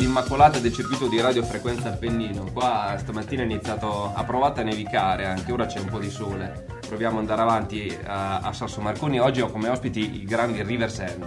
l'Immacolata del circuito di radiofrequenza Appennino. Qua stamattina è iniziato a provare a nevicare, anche ora c'è un po' di sole. Proviamo ad andare avanti a Sasso Marconi. Oggi ho come ospiti i grandi Riversend.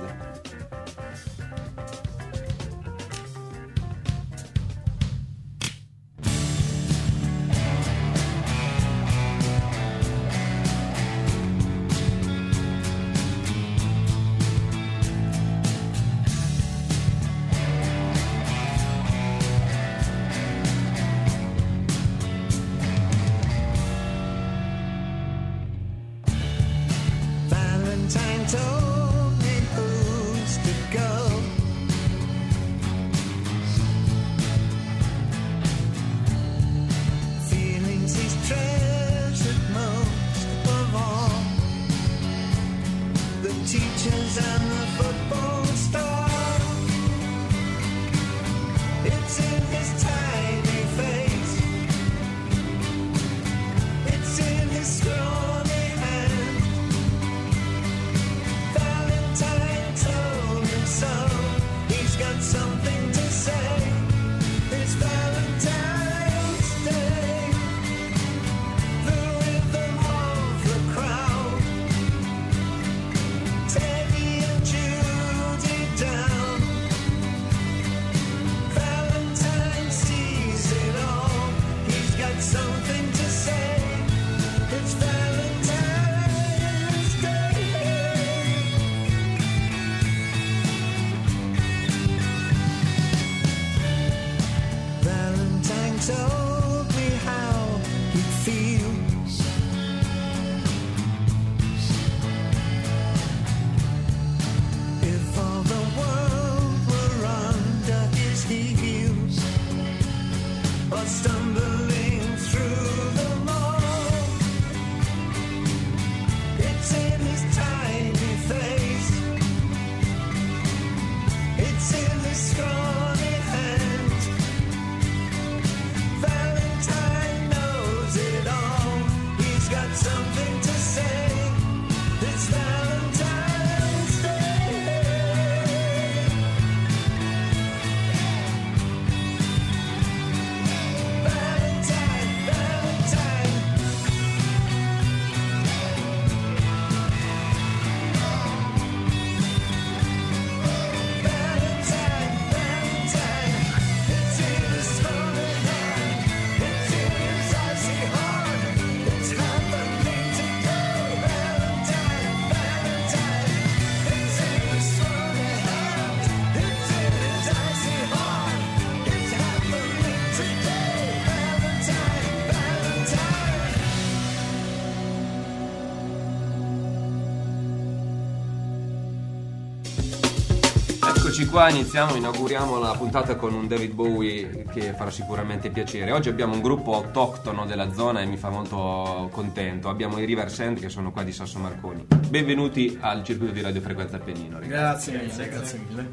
Eccoci qua, inauguriamo la puntata con un David Bowie che farà sicuramente piacere. Oggi abbiamo un gruppo autoctono della zona e mi fa molto contento. Abbiamo i Riversend che sono qua di Sasso Marconi. Benvenuti al circuito di radiofrequenza Appennino. Grazie mille.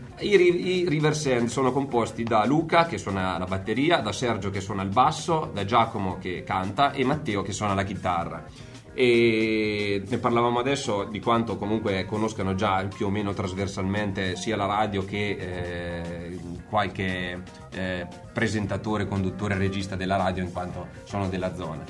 I Riversend sono composti da Luca che suona la batteria, da Sergio che suona il basso, da Giacomo che canta e Matteo che suona la chitarra. E ne parlavamo adesso di quanto comunque conoscano già più o meno trasversalmente sia la radio che qualche presentatore, conduttore, regista della radio, in quanto sono della zona.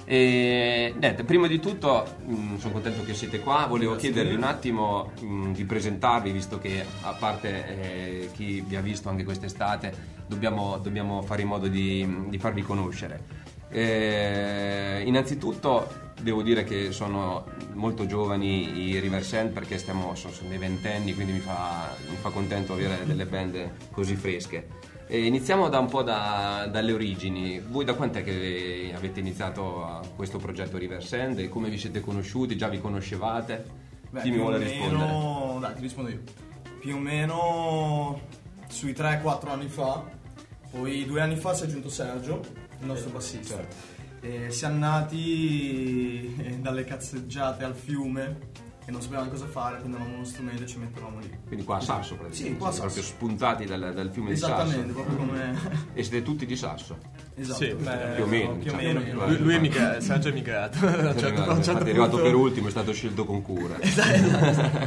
E niente, prima di tutto sono contento che siete qua. Volevo chiedervi un attimo di presentarvi, visto che a parte chi vi ha visto anche quest'estate dobbiamo fare in modo di farvi conoscere. Innanzitutto devo dire che sono molto giovani i Riversend, perché sono dei ventenni, quindi mi fa contento avere delle band così fresche. Iniziamo dalle origini. Voi da quant'è che avete iniziato questo progetto Riversend e come vi siete conosciuti? Già vi conoscevate? Chi mi vuole rispondere? Dai, ti rispondo io. Più o meno sui 3-4 anni fa, poi 2 anni fa si è aggiunto Sergio, il nostro bassista. Certo. Siamo nati dalle cazzeggiate al fiume e non sapevamo cosa fare, prendevamo uno strumento e ci mettevamo lì. Quindi qua a Sasso praticamente? Sì, qua a Sasso. Proprio spuntati dal fiume di Sasso. Esattamente, proprio come... E siete tutti di Sasso? Esatto. Sì, più o meno. Lui è mica, Sergio è migrato. È arrivato per ultimo, è stato scelto con cura. A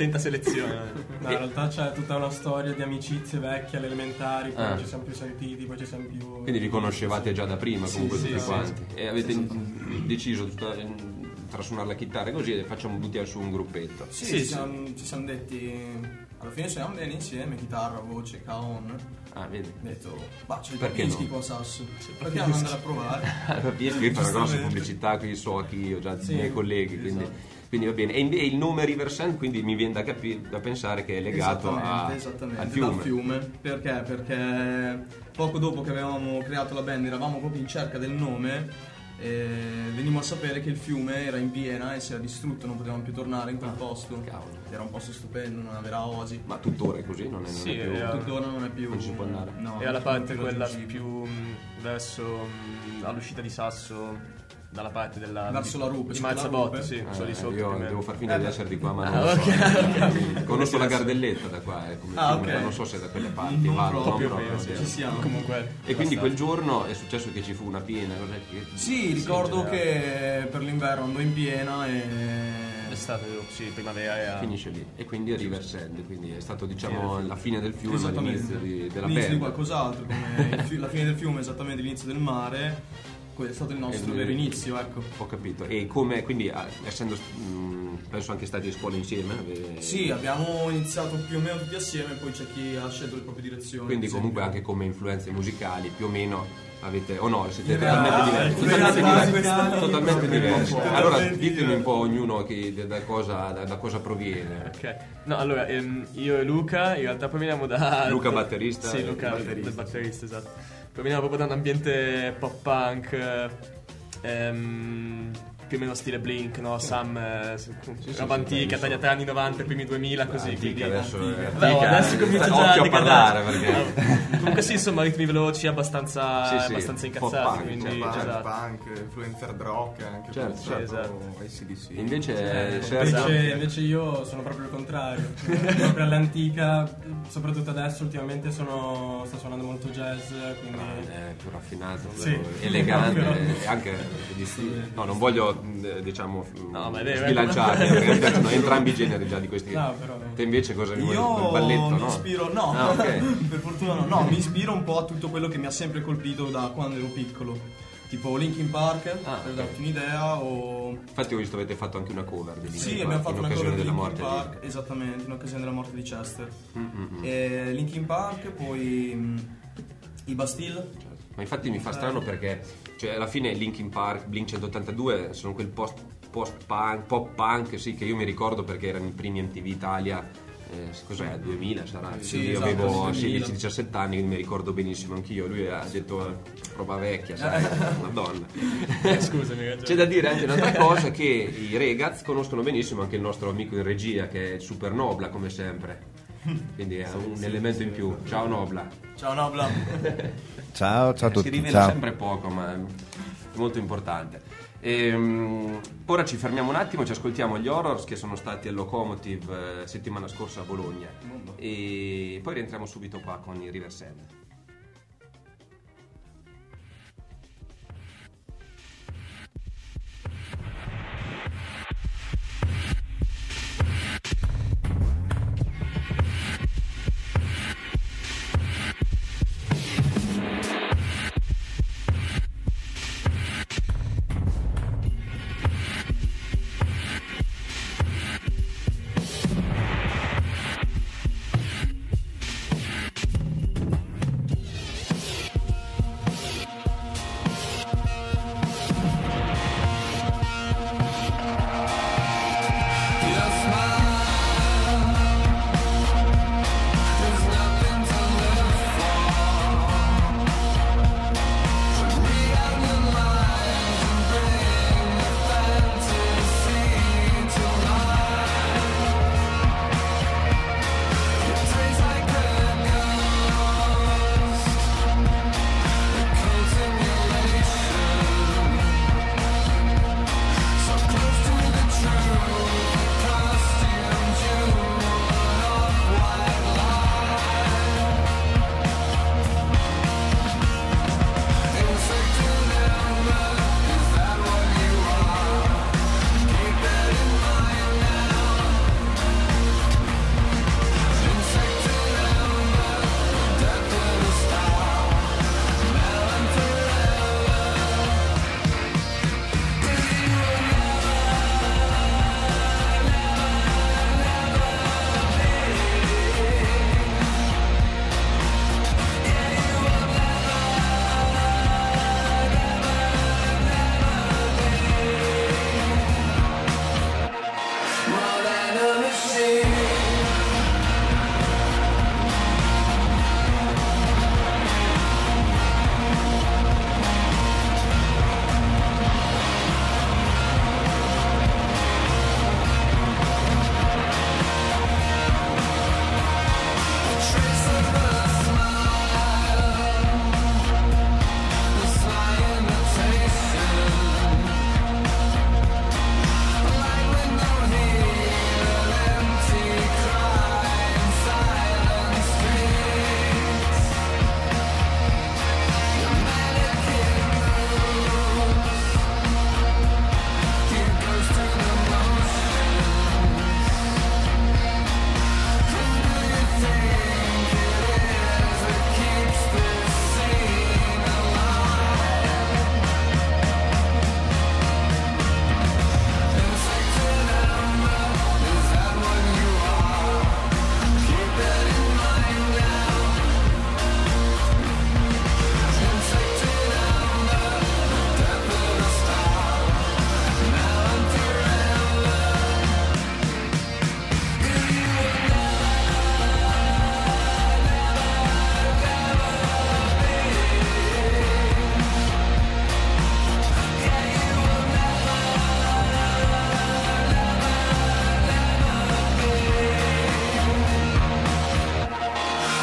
attenta selezione. No, in realtà c'è tutta una storia di amicizie vecchie alle elementari, poi ci siamo più sentiti, poi ci siamo più... Quindi vi conoscevate già da prima comunque sì, tutti sì, quanti. E avete deciso tra suonare la chitarra e così, e facciamo buttare su un gruppetto. Sì, Sì, ci siamo detti, alla fine suoniamo bene insieme, chitarra, voce, caon. Ah, vedi? Ho detto, c'è il Perché Papinski no? con Sasso, perché non andare a provare? Capisco che fa una grossa Giustamente. pubblicità, qui so chi io, già i miei colleghi, quindi va bene. E il nome Riverside quindi mi viene da pensare che è legato Esattamente, al fiume. dal fiume. Perché? Perché poco dopo che avevamo creato la band eravamo proprio in cerca del nome e venimmo a sapere che il fiume era in piena e si era distrutto, non potevamo più tornare in quel posto. Cavolo. Era un posto stupendo, non aveva osi. Ma tuttora è così? Non è Sì, più... Tuttora non è più. Non si può andare. No, E alla parte non è quella raggiungibile. più verso all'uscita di Sasso, dalla parte della Verso la Rupe, di sotto la Marzabotto, Rupe. sì, sono lì sotto. più o Io meno. devo far finta di essere di qua, ma non lo so. ok. Conosco la Gardelletta da qua, come fiume, ok. ma non so se da quelle parti. Non vado, proprio, no, più o meno, sì. ci siamo. Comunque. E quindi quel giorno è successo che ci fu una piena, cos'è che... Sì, ricordo in generale. che per l'inverno andò in piena e L'estate, sì, primavera era... finisce lì. E quindi è Riverside, quindi è stato diciamo la fine del fiume, ma esattamente l'inizio della l'inizio di band. qualcos'altro, come la fine del fiume, esattamente l'inizio del mare. Quello è stato il nostro vero inizio, ecco. Ho capito. E come, quindi essendo penso anche stati a scuola insieme? Sì, abbiamo iniziato più o meno tutti assieme, poi c'è chi ha scelto le proprie direzioni. Quindi Sì. comunque anche come influenze musicali più o meno avete, o no, siete In totalmente realtà, diversi. in Totalmente realtà diversi. questa- Totalmente diversi. Totalmente Allora diversi. ditemi un po' ognuno da cosa proviene. Ok. No, allora, io e Luca in realtà proveniamo da... Luca batterista. Sì, Luca batterista, del batterista, esatto. Proveniamo proprio da un ambiente pop punk, più o meno stile Blink, no? Sam, roba antica, tagliata anni 90, primi 2000, così. Antica, quindi... adesso è Beh, antica, adesso comincio già occhio a decadere. parlare perché Comunque sì, insomma, ritmi veloci, abbastanza, Sì, sì, abbastanza pop incazzati, punk, quindi... cioè, esatto. punk, influencer rock, anche Certo, per certo. esatto. ACDC. invece Sergio Invece io sono proprio il contrario, proprio all'antica, soprattutto adesso ultimamente sto suonando molto jazz, quindi... è più raffinato, Sì. elegante Però- e anche no, non voglio diciamo No, ma è vero, sbilanciare perché mi piacciono entrambi i generi già di questi. No, però... Te invece cosa mi Io il balletto, mi no? ispiro, no, Ah, ok. per fortuna no. No, mi ispiro un po' a tutto quello che mi ha sempre colpito da quando ero piccolo. Tipo Linkin Park, per darti un'idea, o... Infatti ho visto avete fatto anche una cover di Linkin Sì, Park abbiamo fatto in una occasione cover di della Linkin morte Park, esattamente, in occasione della morte di Chester. di... E Linkin Park, poi i Bastille. Ma infatti mi fa strano perché cioè, alla fine Linkin Park, Blink 182 sono quel post-punk, pop punk, sì, che io mi ricordo perché erano i primi MTV Italia. Cos'è? 2000 sarà? Sì, Quindi io esatto, avevo sì, 16-17 anni, quindi mi ricordo benissimo anch'io. Lui ha detto roba vecchia, sai, madonna. Scusami, ragione. C'è da dire anche un'altra cosa, che i Regaz conoscono benissimo anche il nostro amico in regia, che è il Super Nobla come sempre. Quindi è un elemento in più. Ciao Nobla. Ciao Nobla. Ciao a Si tutti. rivela Ciao. sempre poco, ma è molto importante. Ora ci fermiamo un attimo, ci ascoltiamo gli Horrors che sono stati al Locomotive settimana scorsa a Bologna e poi rientriamo subito qua con i Riverside.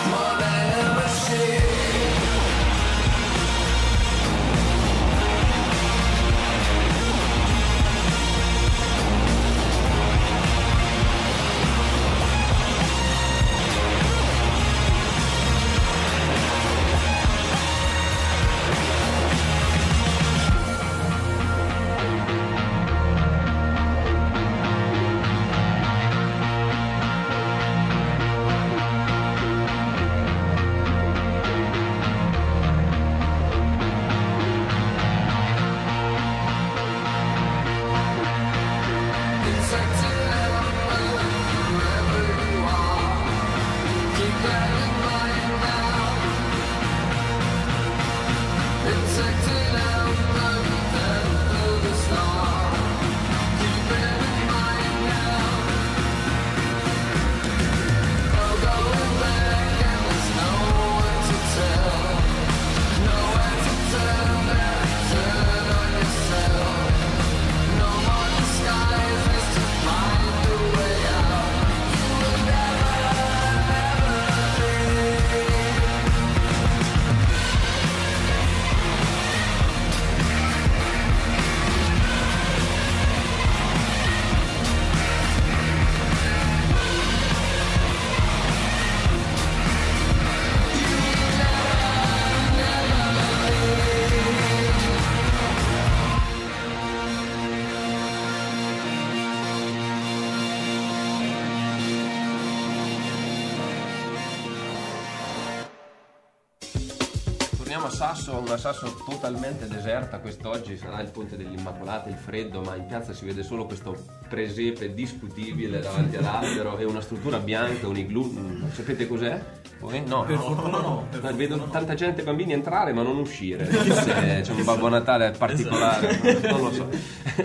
Torniamo a Sasso, una Sasso totalmente deserta. Quest'oggi sarà il ponte dell'Immacolata, il freddo, ma in piazza si vede solo questo presepe discutibile davanti all'albero e una struttura bianca, un igloo. Sapete cos'è? Voi? No. Per fortuna no. Vedo tanta gente, bambini entrare ma non uscire. C'è un Babbo Natale particolare, non lo so.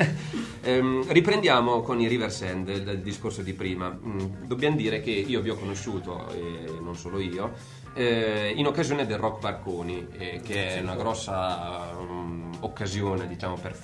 Riprendiamo con i Riversend, il discorso di prima. Dobbiamo dire che io vi ho conosciuto, e non solo io, in occasione del Rock Barconi, che è una grossa occasione, diciamo, per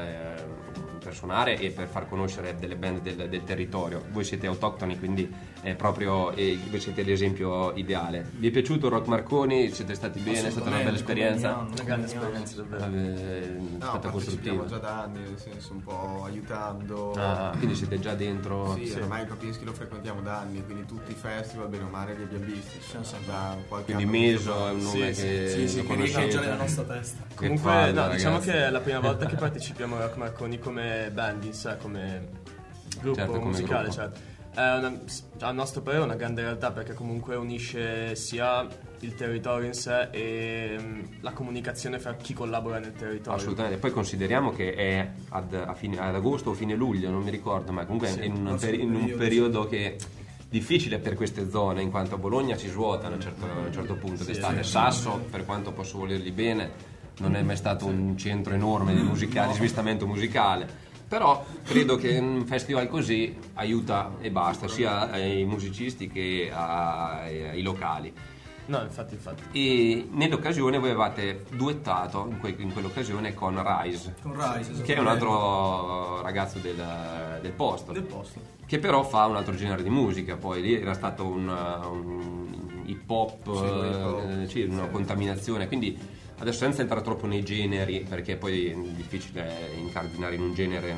suonare e per far conoscere delle band del territorio. Voi siete autoctoni, quindi è proprio voi siete l'esempio ideale. Vi è piaciuto il Rock Marconi? Siete stati bene? È stata una bella esperienza? Una grande esperienza, davvero. È stata costruttiva. Già da anni, nel senso, un po' aiutando. Quindi siete già dentro? Sì, ormai il Papinski lo frequentiamo da anni, quindi tutti i festival, bene o male, li abbiamo visti. Da qualche Quindi anno Meso è un nome che lo conosciamo già nella nostra testa. Comunque, no, diciamo che è la prima volta che partecipiamo a Rock Marconi come band in sé, come gruppo, certo, come musicale, gruppo. certo. È a nostro parere una grande realtà, perché comunque unisce sia il territorio in sé e la comunicazione fra chi collabora nel territorio. Assolutamente. Poi consideriamo che è ad agosto o fine luglio, non mi ricordo, ma comunque è in un periodo che difficile per queste zone, in quanto a Bologna si svuota a un certo punto d'estate. Sasso, per quanto posso volergli bene, non è mai stato un centro enorme di smistamento musicale, però credo che un festival così aiuta e basta, sia ai musicisti che ai locali. No, infatti. E nell'occasione voi avevate duettato in quell'occasione con Rise, che è un altro ragazzo del posto, che però fa un altro genere di musica. Poi lì era stato un hip hop, una contaminazione, quindi adesso senza entrare troppo nei generi, perché poi è difficile incardinare in un genere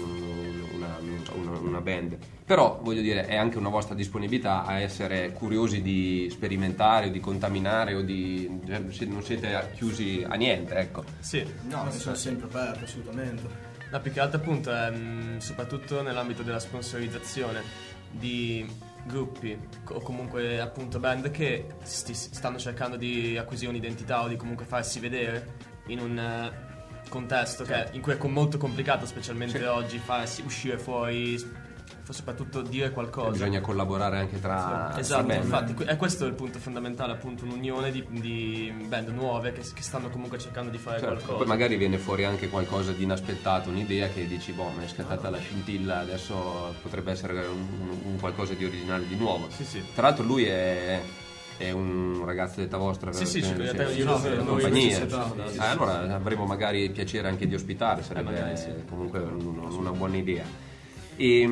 una band, però voglio dire, è anche una vostra disponibilità a essere curiosi di sperimentare o di contaminare o non siete chiusi a niente, ecco. Sì. No, sono sempre aperto, assolutamente. La più che altro appunto è soprattutto nell'ambito della sponsorizzazione di gruppi o comunque appunto band che stanno cercando di acquisire un'identità o di comunque farsi vedere in un contesto che in cui è molto complicato, specialmente oggi, farsi uscire fuori, soprattutto dire qualcosa. Bisogna collaborare anche tra esatto, band. infatti è questo il punto fondamentale, appunto, un'unione di band nuove che stanno comunque cercando di fare qualcosa. Poi magari viene fuori anche qualcosa di inaspettato, un'idea che dici, mi è scattata la scintilla, adesso potrebbe essere un qualcosa di originale, di nuovo. Sì. Tra l'altro lui è un ragazzo d'età vostra, compagnia. Allora avremo magari il piacere anche di ospitare, sarebbe comunque una buona idea. E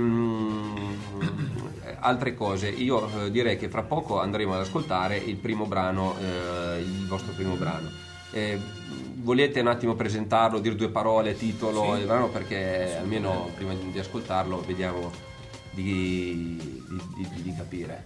altre cose, io direi che fra poco andremo ad ascoltare il primo brano, il vostro primo brano. Volete un attimo presentarlo, dire due parole, titolo del brano, perché almeno prima di ascoltarlo vediamo di capire.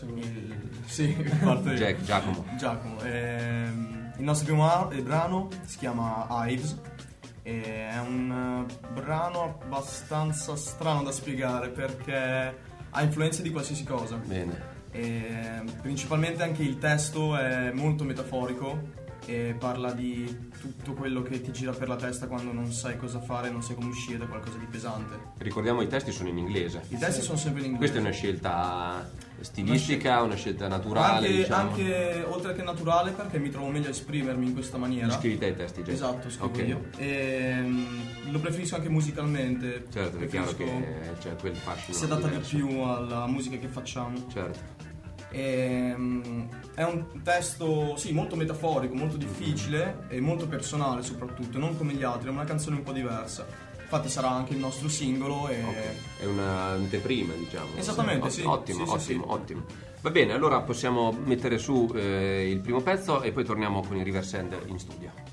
Giacomo. Il nostro primo brano si chiama Hives. È un brano abbastanza strano da spiegare perché ha influenze di qualsiasi cosa. Bene. Principalmente anche il testo è molto metaforico e parla di tutto quello che ti gira per la testa quando non sai cosa fare, non sai come uscire da qualcosa di pesante. Ricordiamo, i testi sono in inglese. I testi sono sempre in inglese. Questa è una scelta stilistica, una scelta naturale, anche, diciamo. Anche oltre che naturale, perché mi trovo meglio a esprimermi in questa maniera. Scrivi te i testi già? Esatto, scrivo okay. io. E lo preferisco anche musicalmente. Certo, è chiaro che c'è quel fascino. Si adatta diverso. di più alla musica che facciamo. Certo. È un testo molto metaforico, molto difficile e molto personale soprattutto, non come gli altri, è una canzone un po' diversa. Infatti sarà anche il nostro singolo e... È un'anteprima, diciamo. Esattamente, sì. Ottimo. Va bene, allora possiamo mettere su il primo pezzo e poi torniamo con il Riversend in studio.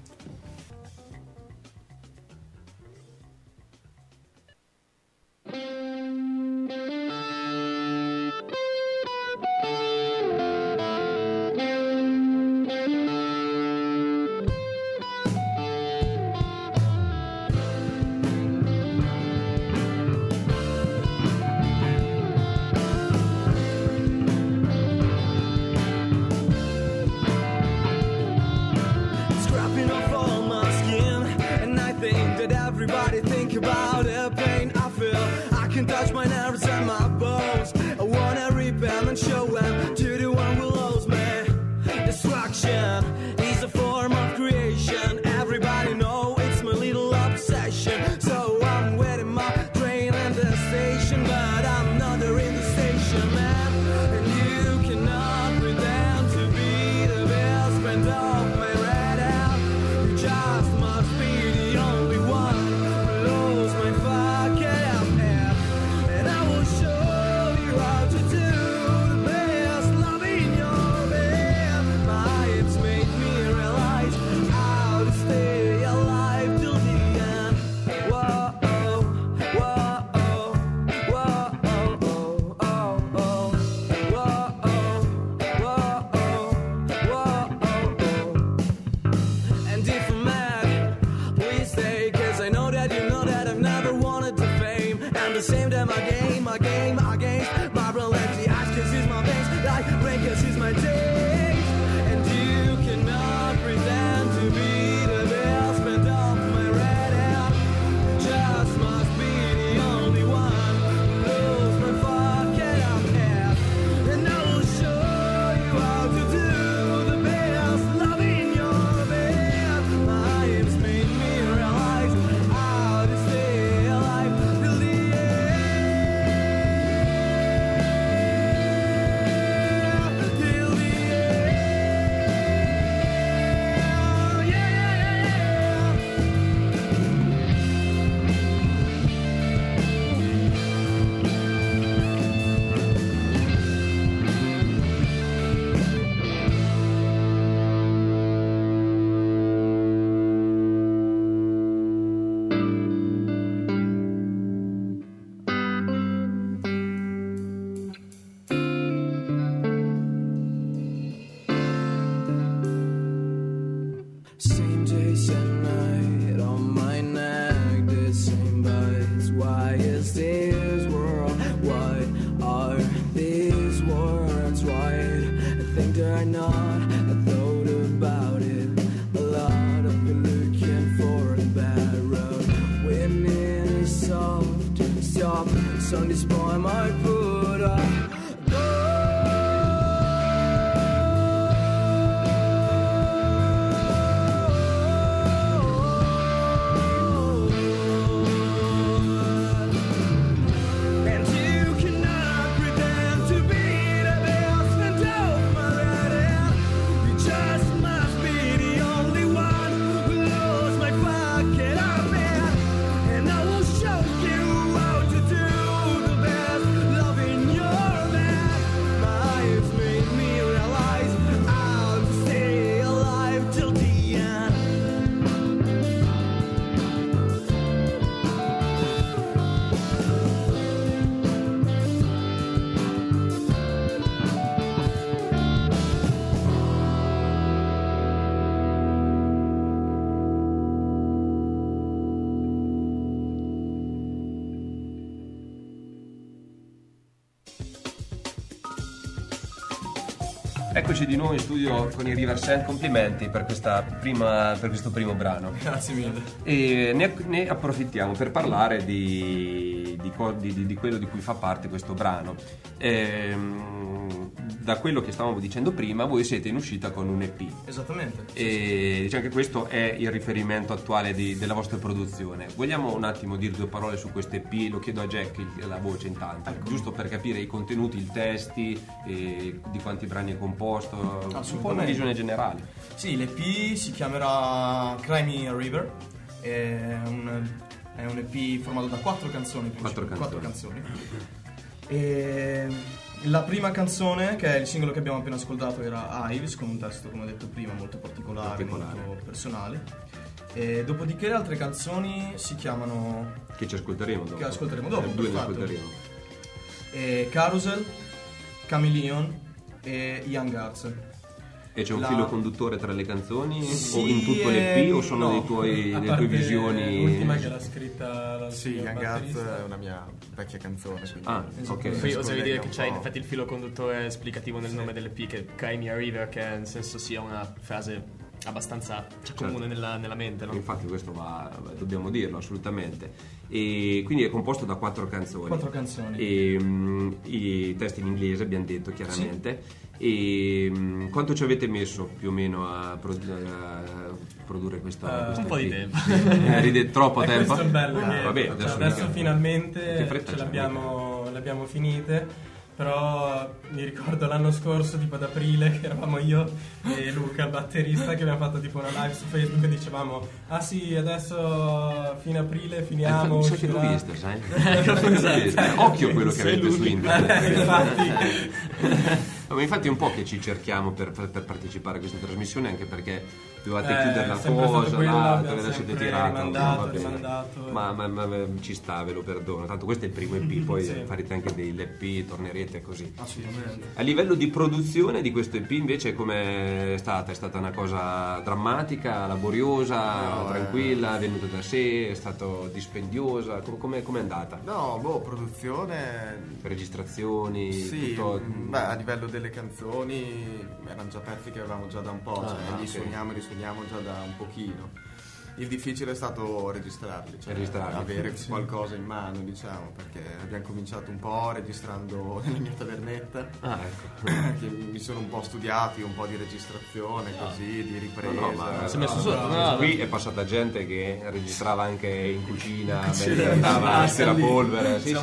Everybody think about the pain I feel. I can touch my nerves and my bones. I wanna rip them and show them to the one who loves me. Destruction is a form of creation. Everybody know it's my little obsession. So I'm waiting my train at the station, but I'm not there in the station, man. And you cannot pretend to be the best friend of my red hair. You just must be the only one. And I will show you how to do the best love in your bed. My hips made me realize how to stay alive till the end. Whoa, whoa, whoa, whoa, whoa, whoa, whoa. And if I'm mad, please stay, 'cause I know that you know that I've never wanted to fame. And the same time I game, my relentless eyes, 'cause it's my veins, like rain, 'cause it's my days. And you cannot pretend to be the best friend of my red hair. Just must be the only one who knows my fucking head. And I will show you how to do the best love in your bed. My hips made me realize how to stay alive till the end. Till the end. Same day, same night, on my neck, the same bites. Why is this world? Why are these words right? I think they're not, I thought about it a lot. I've been looking for a bad road. Winning is soft, stop, song this poem I put up. And you cannot pretend to be the best friend of my red hair. You just must be the only one who knows my fucking up. And I will show you how to do eccoci di nuovo in studio con i Riversend. Complimenti per questo primo brano. Grazie mille. E ne approfittiamo per parlare di quello di cui fa parte questo brano. Da quello che stavamo dicendo prima, voi siete in uscita con un EP. Esattamente. E diciamo che questo è il riferimento attuale della vostra produzione. Vogliamo un attimo dire due parole su questo EP? Lo chiedo a Jack, la voce intanto, giusto per capire i contenuti, i testi, di quanti brani è composto, un po' una visione generale. Sì, l'EP si chiamerà Cry Me a River, è un EP formato da 4 canzoni. 4 canzoni. E la prima canzone, che è il singolo che abbiamo appena ascoltato, era Iris, con un testo, come ho detto prima, molto particolare. Molto personale. E dopodiché le altre canzoni si chiamano... Che ci ascolteremo dopo. Che ascolteremo dopo, due ne perfetto. ascolteremo. Carousel, Chameleon e Young Hearts. E c'è un filo conduttore tra le canzoni? Sì, o in tutto l'EP o sono delle tue visioni? L'ultima che l'ha scritta Sì, Young Hearts è una mia vecchia canzone. Ok. Poi oserei dire che c'è in effetti il filo conduttore esplicativo nel nome dell'EP, che Cry Me a River, che nel senso sia una frase abbastanza comune nella mente, no? Infatti questo dobbiamo dirlo assolutamente. E quindi è composto da 4 canzoni. 4 canzoni. E i testi in inglese abbiamo detto chiaramente. Sì. E quanto ci avete messo più o meno a produrre questa un po' di tempo. Troppo tempo? Questo è bello. Vabbè, adesso finalmente ce le abbiamo finite. Però mi ricordo l'anno scorso, tipo ad aprile, che eravamo io e Luca, il batterista, che abbiamo fatto tipo una live su Facebook e dicevamo: ah sì, adesso fine aprile finiamo. Mi sa che l'ho vista, sai? Occhio quello che avete su internet. Infatti. Ma infatti è un po' che ci cerchiamo per partecipare a questa trasmissione, anche perché dovevate chiudere la cosa, ve la siete tirata, rimandato. Ma ci sta, ve lo perdono. Tanto questo è il primo EP, poi farete anche dei LP, tornerete così. Assolutamente. A livello di produzione di questo EP invece com'è stata? È stata una cosa drammatica, laboriosa, tranquilla, è venuta da sé, è stata dispendiosa? Com'è andata? No, produzione... Registrazioni? Sì, tutto... a livello delle canzoni erano già pezzi che avevamo già da un po', li suoniamo già da un pochino. Il difficile è stato registrarli, avere qualcosa in mano, diciamo, perché abbiamo cominciato un po' registrando nella mia tavernetta, che mi sono un po' studiati, un po' di registrazione, così, di ripresa. Si è messo sotto. Qui è passata gente che registrava anche in cucina, andava l'aspirapolvere. Sì.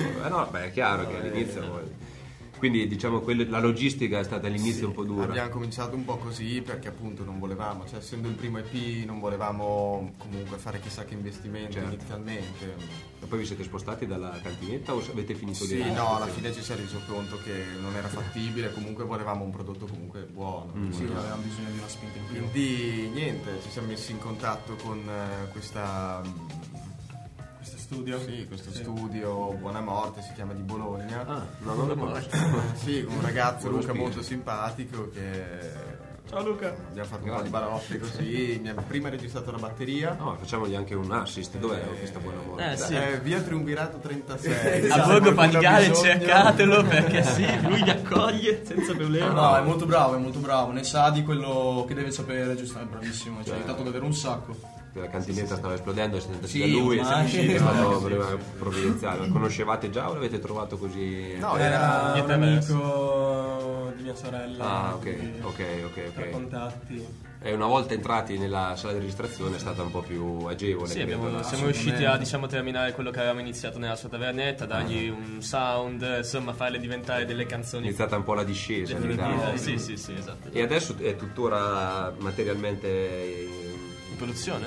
È chiaro che all'inizio... Quindi diciamo la logistica è stata all'inizio un po' dura. Abbiamo cominciato un po' così perché appunto non volevamo, essendo il primo EP non volevamo comunque fare chissà che investimento inizialmente. E poi vi siete spostati dalla cantinetta o avete finito di... Sì, no, alla fine ci si è reso conto che non era fattibile, comunque volevamo un prodotto comunque buono. Sì, avevamo bisogno di una spinta in più. Quindi niente, ci siamo messi in contatto con questo studio Buona Morte, si chiama, di Bologna. Non lo conosco. Sì, con un ragazzo Luca molto simpatico che... Ciao Luca. Abbiamo fatto un po' di ballotte così. Mi ha prima registrato la batteria. No, facciamogli anche un assist. Dov'è questa Buona Morte? Sì. Via Triumvirato 36. A Borgo Panigale, cercatelo perché lui vi accoglie senza problemi. No, è molto bravo. Ne sa di quello che deve sapere, giustamente, bravissimo. Ci ha aiutato davvero un sacco. La cantinetta stava esplodendo, siete andati da lui, è stato provvidenziale. Lo conoscevate già o l'avete trovato così? No, era un amico di mia sorella. Ok. Contatti. E una volta entrati nella sala di registrazione è stata un po' più agevole. Sì, siamo riusciti a terminare quello che avevamo iniziato nella sua tavernetta, dargli un sound, insomma, farle diventare delle canzoni. È iniziata un po' la discesa. Sì, esatto. E adesso è tuttora materialmente produzione,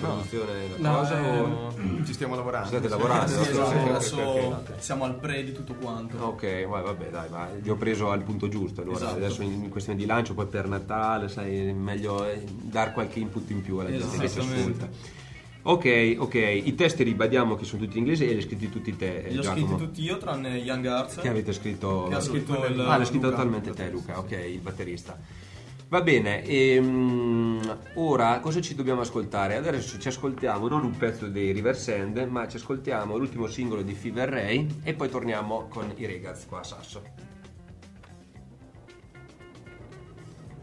ci stiamo lavorando. State lavorando? Adesso siamo al pre di tutto quanto. Ok, vabbè, dai, ma vi ho preso al punto giusto. Allora, adesso in questione di lancio, poi per Natale, sai, è meglio dar qualche input in più alla gente che ci ascolta. Ok, i testi ribadiamo che sono tutti in inglese e li hai scritti tutti te, li ho scritti tutti io, tranne Young Hearts. Che avete scritto? Che ha scritto l'ha scritto totalmente te, Luca, ok, il batterista. Va bene, ora cosa ci dobbiamo ascoltare? Adesso ci ascoltiamo non un pezzo dei Riversend, ma ci ascoltiamo l'ultimo singolo di Fever Ray e poi torniamo con i Regaz qua a Sasso.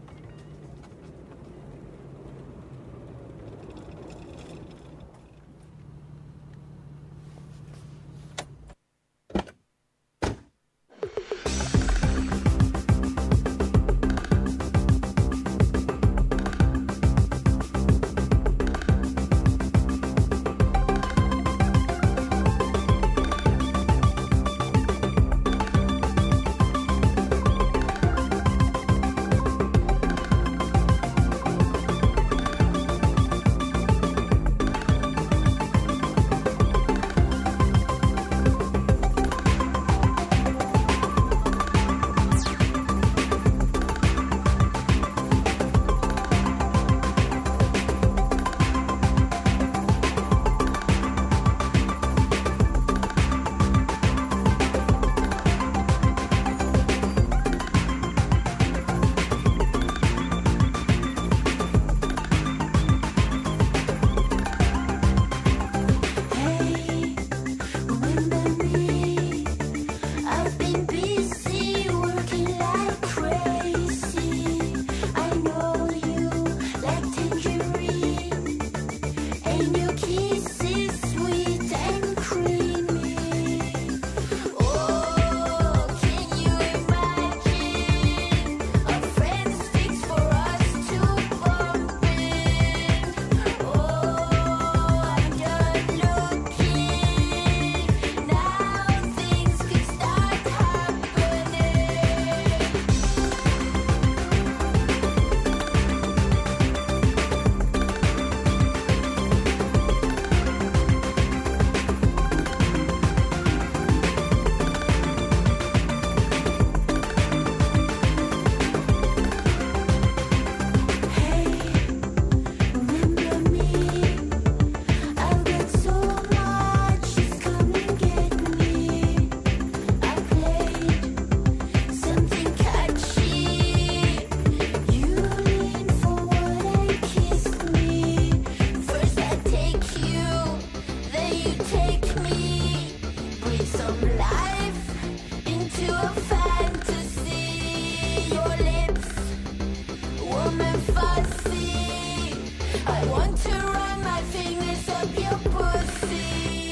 fussy. I want to run my fingers up your pussy.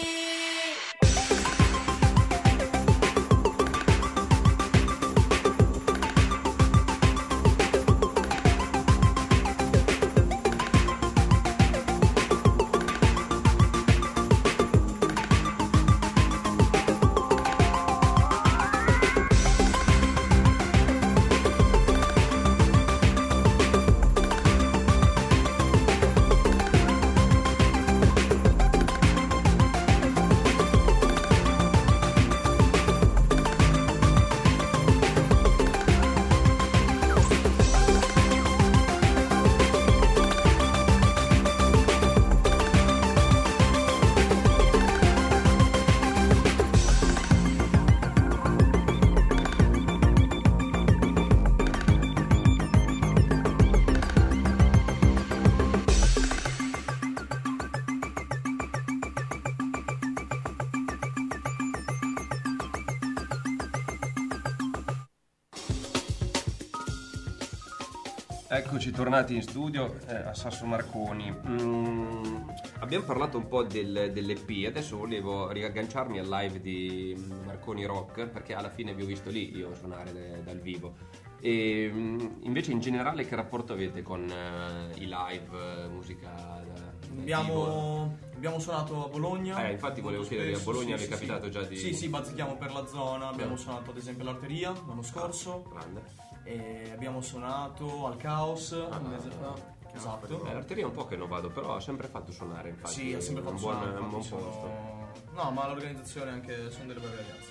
Eccoci tornati in studio a Sasso Marconi. Abbiamo parlato un po' dell'EP, adesso volevo riagganciarmi al live di Marconi Rock, perché alla fine vi ho visto lì io suonare dal vivo. E invece in generale che rapporto avete con i live, musica Abbiamo suonato a Bologna. Infatti volevo chiedere, a Bologna vi è capitato già di... Sì, bazzichiamo per la zona, abbiamo suonato ad esempio all'Arteria l'anno scorso. Grande. E abbiamo suonato al Caos un mese fa. Esatto. L'Arteria è un po' che non vado, però ha sempre fatto suonare, infatti. Sì, ha sempre fatto suonare. Un buon posto. No, ma l'organizzazione anche sono delle brave ragazze.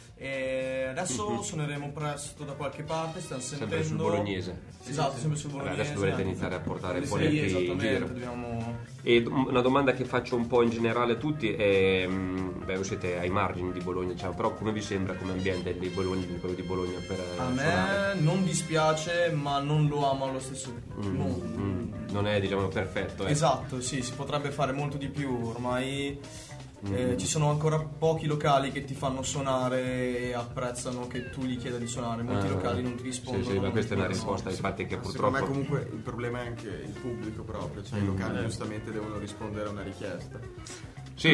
E adesso suoneremo presto da qualche parte, stiamo sentendo... Sempre sul bolognese. Esatto, sempre sul bolognese. Adesso dovrete iniziare a portare un po' di in giro. Dobbiamo... E una domanda che faccio un po' in generale a tutti è, voi siete ai margini di Bologna, diciamo, però come vi sembra come ambiente di Bologna, di quello di Bologna per a suonare? Me non dispiace, ma non lo amo allo stesso tempo. Non è, diciamo, perfetto. Esatto, sì, si potrebbe fare molto di più, ormai ci sono ancora pochi locali che ti fanno suonare e apprezzano che tu gli chieda di suonare, molti locali non ti rispondono. Sì, ma questa è una risposta infatti che purtroppo... Secondo me comunque il problema è anche il pubblico proprio, cioè i locali giustamente devono rispondere a una richiesta. Sì.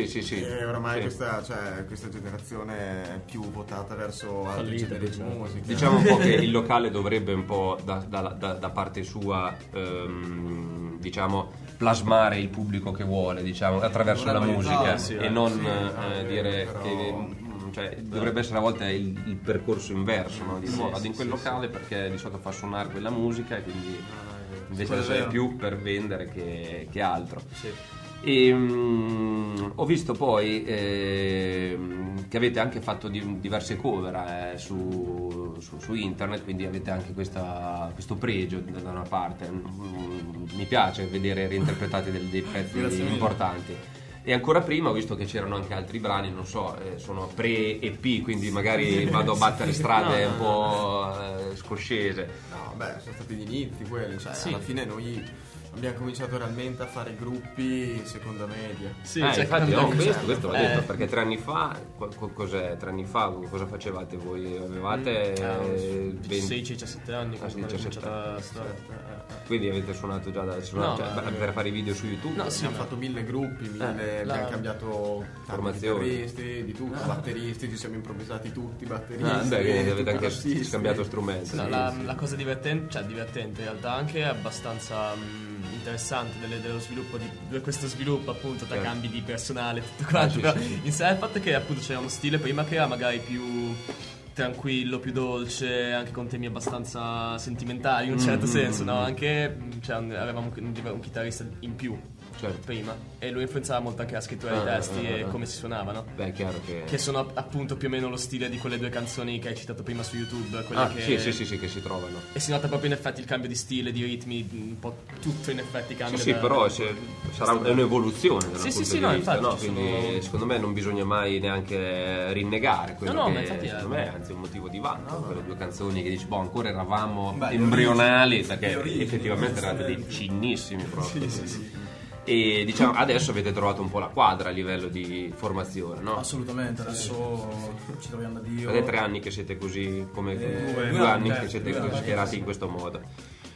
E oramai questa generazione è più votata verso altri generi di musica. Diciamo un po' che il locale dovrebbe un po' da parte sua diciamo plasmare il pubblico che vuole, diciamo, attraverso la musica e non dire però... che dovrebbe essere a volte il percorso inverso, no? Vado in quel locale perché di solito fa suonare quella musica e quindi invece è più per vendere che altro. E ho visto poi che avete anche fatto diverse cover su internet, quindi avete anche questo pregio da una parte. Mi piace vedere reinterpretati dei pezzi importanti. E ancora prima ho visto che c'erano anche altri brani, non so, sono pre-EP, quindi magari vado a battere strade un po' scoscese. No, sono stati gli inizi quelli, cioè alla fine noi abbiamo cominciato realmente a fare gruppi in seconda media. Sì, infatti questo l'ho detto, perché 3 anni fa, cos'è? 3 anni fa cosa facevate voi? Avevate 16-17 anni quando ho cominciato a suonare. Quindi avete suonato già per fare i video su YouTube? No, abbiamo fatto 1000 gruppi, abbiamo cambiato formazioni, chitarristi, di tutto, batteristi, ci siamo improvvisati tutti, batteristi. Avete anche scambiato strumenti. La cosa divertente in realtà anche è abbastanza interessante dello sviluppo di questo sviluppo appunto tra cambi di personale e tutto quanto, però in sé il fatto che appunto c'era uno stile prima che era magari più tranquillo, più dolce, anche con temi abbastanza sentimentali in un certo senso, no? Anche avevamo un chitarrista in più prima e lui influenzava molto anche la scrittura dei testi e come si suonavano. È chiaro che sono appunto più o meno lo stile di quelle 2 canzoni che hai citato prima su YouTube, quelle che si trovano. E si nota proprio in effetti il cambio di stile, di ritmi, un po' tutto in effetti cambia. Però sarà un'evoluzione da un punto di vista, infatti, no? Quindi secondo me non bisogna mai neanche rinnegare quello che infatti secondo me è anzi un motivo di vanto, quelle 2 canzoni che dici ancora eravamo embrionali, perché effettivamente eravate dei cinnissimi proprio. Sì. E diciamo adesso avete trovato un po' la quadra a livello di formazione, no? Assolutamente, adesso ci troviamo da Dio. Avete 3 anni che siete così, come 2 anni che siete schierati in questo modo.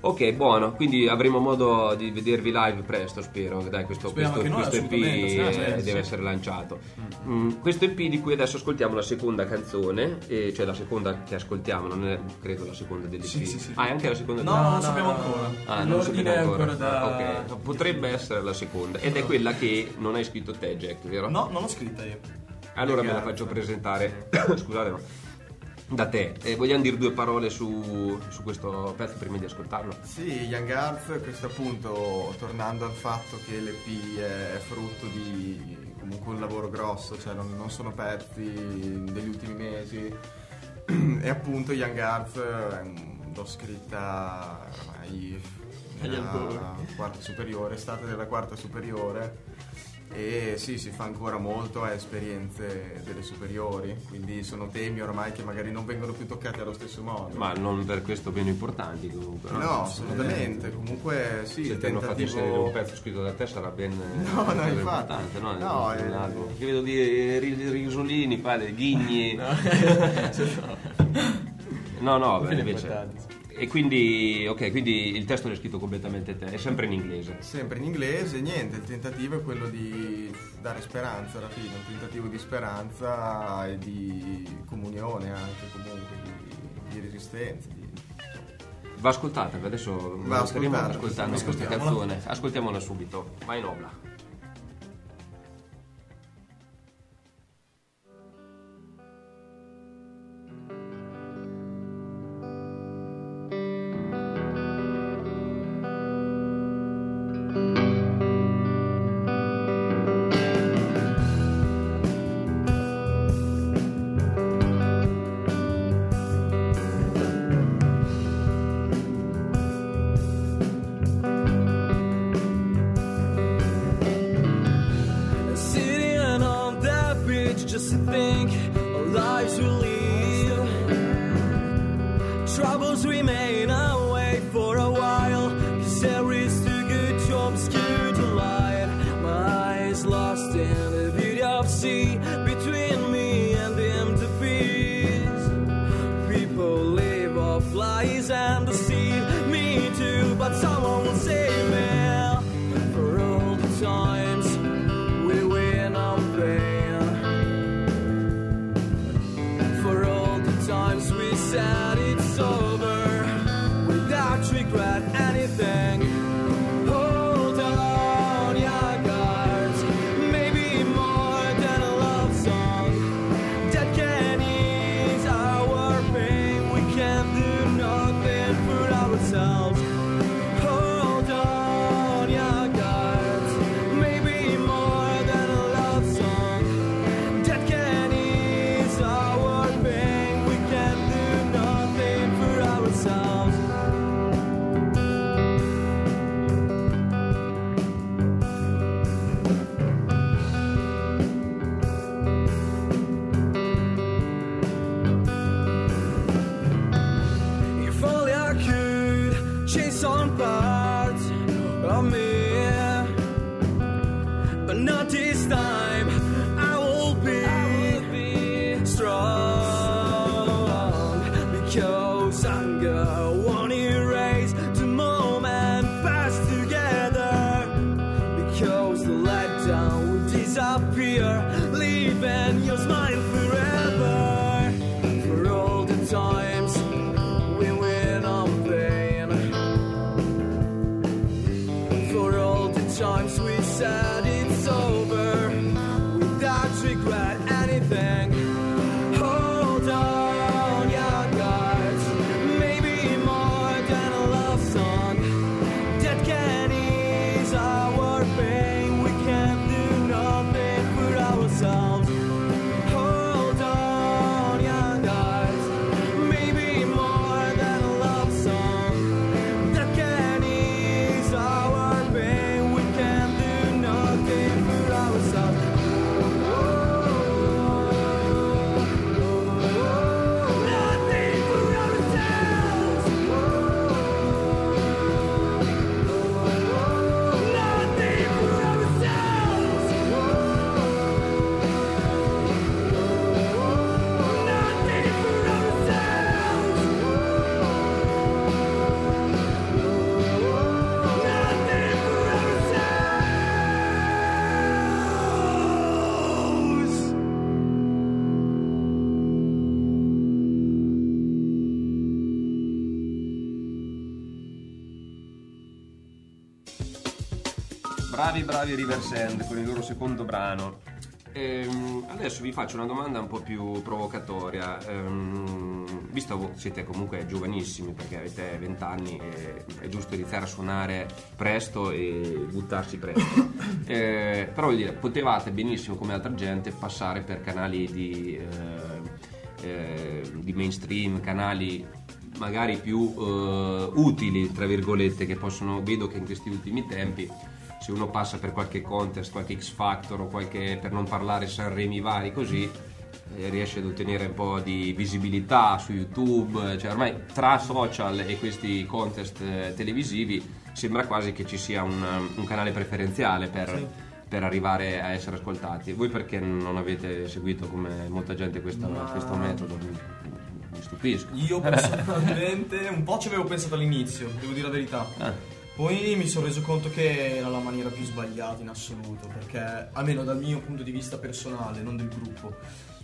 Ok, buono, quindi avremo modo di vedervi live presto, spero. Dai, questo EP deve essere lanciato. Questo EP di cui adesso ascoltiamo la seconda canzone, cioè la seconda che ascoltiamo, non è credo la seconda dell'EP. Sì. Ah, è anche la seconda? No, non lo sappiamo ancora. Ah, non lo sappiamo ancora. Ok, potrebbe essere la seconda. Ed è quella che non hai scritto te, Jack, vero? No, non l'ho scritta io. Allora me la faccio presentare. Scusate, no. Da te, vogliamo dire due parole su questo pezzo prima di ascoltarlo? Sì, Young Hearts, questo appunto, tornando al fatto che l'EP è frutto di comunque un lavoro grosso, cioè non sono pezzi degli ultimi mesi, e appunto Young Hearts l'ho scritta ormai nella quarta superiore, estate della quarta superiore. E sì, si fa ancora molto a esperienze delle superiori, quindi sono temi ormai che magari non vengono più toccati allo stesso modo. Ma non per questo meno importanti comunque. No, assolutamente. Comunque sì, se te hanno fatto inserire un pezzo scritto da te sarà ben importante, no? Che vedo di risolini, ghigni. No, beh, invece. E quindi, quindi il testo l'hai scritto completamente te, è sempre in inglese? Sempre in inglese, niente, il tentativo è quello di dare speranza alla fine, un tentativo di speranza e di comunione anche comunque, di resistenza. Va ascoltata, adesso stiamo ascoltando questa canzone, ascoltiamola subito, vai Nobla. Just to think of lives we live, troubles remain away for a while, 'cause there is too good to obscure the light. My eyes lost in the beauty of sea, between me and him the peace. People live off lies and deceive me too, but someone will save me for all the times we win on pain. Times we said it's over without regret anything. Hold on, young hearts, maybe more than a love song that can ease our pain. We can do nothing for ourselves. Hold on, young hearts, maybe more than a love song that can ease our pain. If only I could change some parts of me, but not this time. I will be strong, because anger won't erase the moment passed together, because the letdown will disappear, leaving your smile forever. For all the times we win on pain, for all the times we said it's over without regret anything. Hold on, young hearts, maybe more than a love song that can ease our pain. We can do nothing for ourselves. Hold on, young hearts, maybe more than a love song that can ease our pain. We can do nothing Bravi Riversend con il loro secondo brano. Adesso vi faccio una domanda un po' più provocatoria. Visto che siete comunque giovanissimi, perché avete 20 anni, è giusto iniziare a suonare presto e buttarsi presto. Però voglio dire, potevate benissimo, come altra gente, passare per canali di mainstream, canali magari più utili, tra virgolette, che possono, vedo che in questi ultimi tempi, se uno passa per qualche contest, qualche X Factor o qualche, per non parlare Sanremi vari così, riesce ad ottenere un po' di visibilità su YouTube. Cioè ormai tra social e questi contest televisivi sembra quasi che ci sia un canale preferenziale per arrivare a essere ascoltati. Voi perché non avete seguito come molta gente questo metodo? Mi stupisco. Io personalmente un po' ci avevo pensato all'inizio, devo dire la verità. Poi mi sono reso conto che era la maniera più sbagliata in assoluto, perché almeno dal mio punto di vista personale, non del gruppo,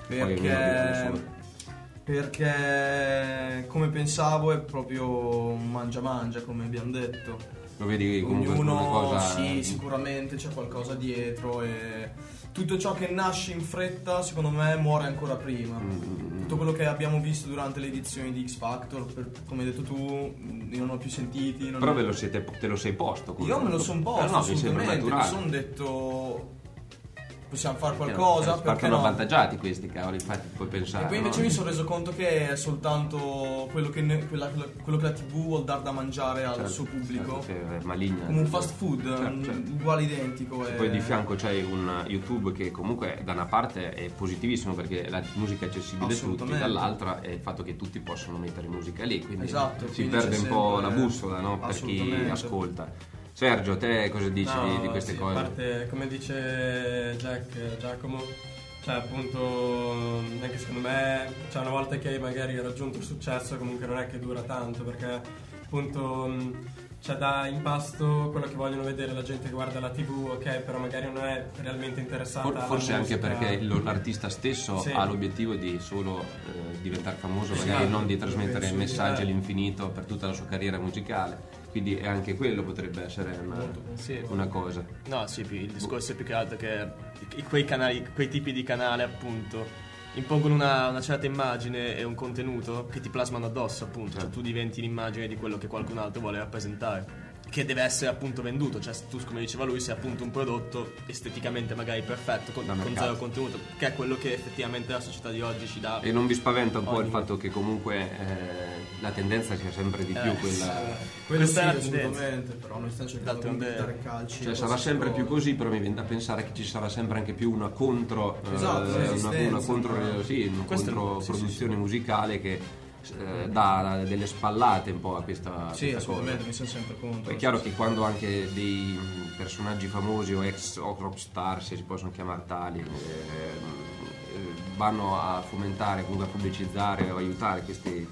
perché come pensavo è proprio un mangia come abbiamo detto. Lo vedi comunque ognuno una cosa... sì, sicuramente c'è qualcosa dietro e tutto ciò che nasce in fretta secondo me muore ancora prima. Tutto quello che abbiamo visto durante le edizioni di X Factor, come hai detto tu, io non ho più sentiti. Però te lo sei posto. Io me lo sono posto, assolutamente. Mi sono detto possiamo fare qualcosa, perché partono no? Avvantaggiati questi cavoli, infatti puoi pensare. E poi invece mi sono reso conto che è soltanto quello che la TV vuol dar da mangiare al suo pubblico, è maligna, come un fast food, uguale identico. E poi di fianco c'hai un YouTube che comunque da una parte è positivissimo perché la musica è accessibile a tutti, dall'altra è il fatto che tutti possono mettere musica lì, quindi si perde un po' la bussola, no? Per chi ascolta. Sergio, te cosa dici di queste cose? A parte, come dice Giacomo, cioè appunto anche secondo me, cioè una volta che magari hai raggiunto il successo comunque non è che dura tanto, perché appunto cioè dà in pasto quello che vogliono vedere la gente che guarda la TV, ok, però magari non è realmente interessata forse alla anche musica. Perché l'artista stesso ha l'obiettivo di solo diventare famoso, magari non di trasmettere messaggi all'infinito per tutta la sua carriera musicale. Quindi anche quello potrebbe essere una cosa. No, sì, il discorso è più che altro che quei tipi di canale appunto impongono una certa immagine e un contenuto che ti plasmano addosso, appunto. Cioè tu diventi l'immagine di quello che qualcun altro vuole rappresentare, che deve essere appunto venduto. Cioè tu, come diceva lui, sei appunto un prodotto esteticamente magari perfetto con zero contenuto, che è quello che effettivamente la società di oggi ci dà. E non vi spaventa un po' il fatto che comunque la tendenza sia sempre di più quella sì, assolutamente, però noi stiamo cercando di dare calci, cioè sarà sempre più così, però mi viene da pensare che ci sarà sempre anche più una controproduzione musicale che dà delle spallate un po' a questa assolutamente, mi sono sempre contro. È chiaro che quando anche dei personaggi famosi o ex rockstar, se si possono chiamare tali, vanno a fomentare, comunque a pubblicizzare o aiutare questi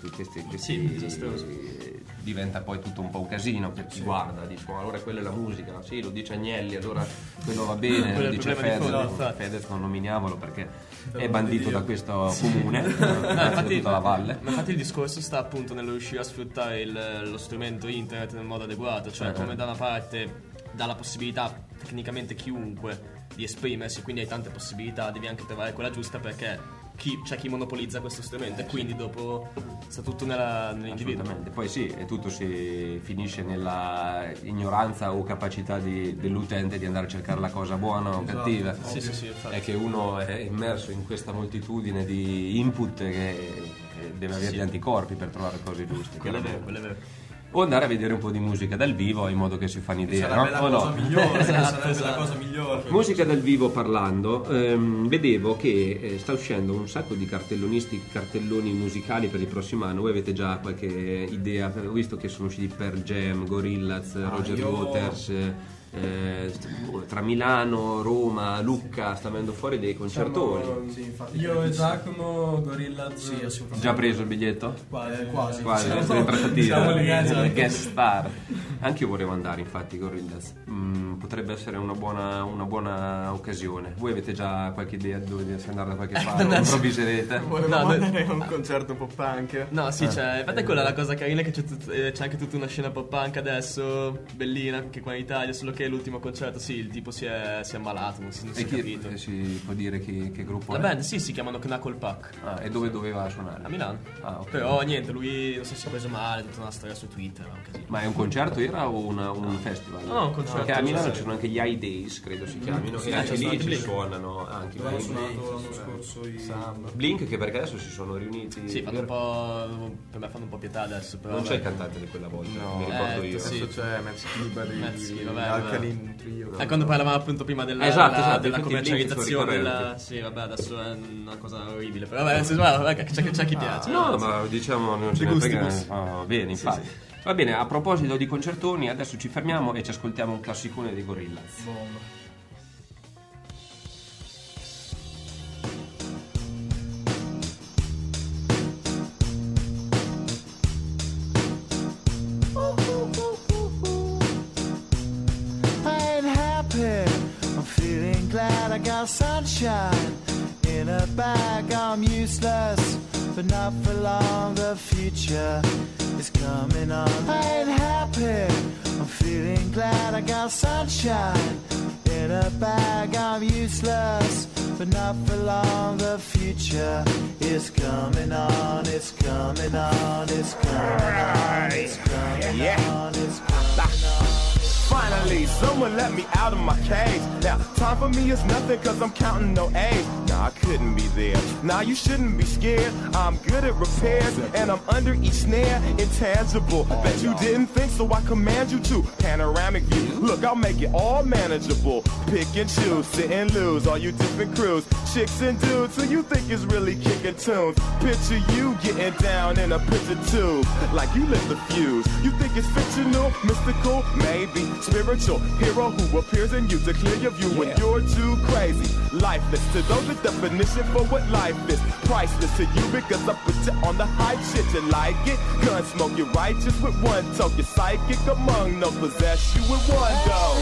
diventa poi tutto un po' un casino per chi guarda, dice allora quella è la musica, sì, lo dice Agnelli, allora quello va bene, lo dice Fedez, non nominiamolo perché è bandito da questo comune, infatti, tutta la valle. Ma infatti il discorso sta appunto nello riuscire a sfruttare lo strumento internet nel modo adeguato, cioè come da una parte dà la possibilità tecnicamente chiunque di esprimersi, quindi hai tante possibilità, devi anche trovare quella giusta, perché c'è chi monopolizza questo strumento e quindi dopo sta tutto nell'individuo. Poi e tutto si finisce nella ignoranza o capacità dell'utente di andare a cercare la cosa buona o cattiva. Sì, è che uno è immerso in questa moltitudine di input che deve avere gli anticorpi per trovare cose giuste. Quello è vero. O andare a vedere un po' di musica dal vivo in modo che si fa un'idea, sarebbe la cosa migliore, sarebbe la cosa migliore. Musica dal vivo parlando, vedevo che sta uscendo un sacco di cartelloni musicali per il prossimo anno. Voi avete già qualche idea? Ho visto che sono usciti Pearl Jam, Gorillaz, Roger Waters, tra Milano, Roma, Lucca, sta venendo fuori dei concertoni. Io e Giacomo, Gorillaz, già preso il biglietto? Quasi. Siamo in trattativa. Guest star. Anche io volevo andare, infatti, Gorillaz. Potrebbe essere una buona occasione. Voi avete già qualche idea di dove andare da qualche parte? Improvviserete? Volevo andare a un concerto pop punk. No, sì, infatti è quella la cosa carina, che c'è anche tutta una scena pop punk adesso, bellina, anche qua in Italia, solo che che l'ultimo concerto, sì, il tipo si è ammalato, non si è capito. Si può dire che gruppo La è? band, sì, si chiamano Knuckle Puck. E dove doveva suonare? A Milano. Ok. Però niente, lui non so se si è preso male, tutta una storia su Twitter, un casino. Ma è un concerto era o un festival? No, un concerto. Perché a Milano c'erano anche gli High Days, credo si chiamino, e anche lì ci suonano anche Avevano Blink. suonato l'anno scorso i Blink, che perché adesso si sono riuniti. Sì, fanno un po'. Per me fanno un po' pietà adesso. Però Non c'è il cantante di quella volta, mi ricordo io. sì. Adesso c'è Matt Skiba vabbè, Alkaline Trio. È quando parlavamo appunto prima della Esatto, commercializzazione della... Sì, vabbè, adesso è una cosa orribile. Però vabbè, c'è chi piace. No, ma diciamo non ce ne frega. Bene, infatti. sì. Va bene, a proposito di concertoni, adesso ci fermiamo e ci ascoltiamo un classicone dei Gorillaz. bomba. I got sunshine in a bag. I'm useless, but not for long. The future is coming on. I ain't happy. I'm feeling glad I got sunshine in a bag. I'm useless, but not for long. The future is coming on. It's coming on. It's coming on. It's coming on. It's coming on. Finally, someone let me out of my cage. Now, time for me is nothing cause I'm counting no A's. Nah, I couldn't be there. Nah, you shouldn't be scared. I'm good at repairs and I'm under each snare. Intangible. Bet you didn't think, so I command you to. Panoramic view. Look, I'll make it all manageable. Pick and choose, sit and lose. All you different crews, chicks and dudes who you think is really kicking tunes. Picture you getting down in a picture tube. Like you lit the fuse. You think it's fictional, mystical, maybe. Spiritual hero who appears in you to clear your view when you're too crazy. Lifeless to those, the definition for what life is. Priceless to you because I put you on the hype shit. You like it? Gun smoke, you're righteous with one toke. You're psychic among no possess you with one go.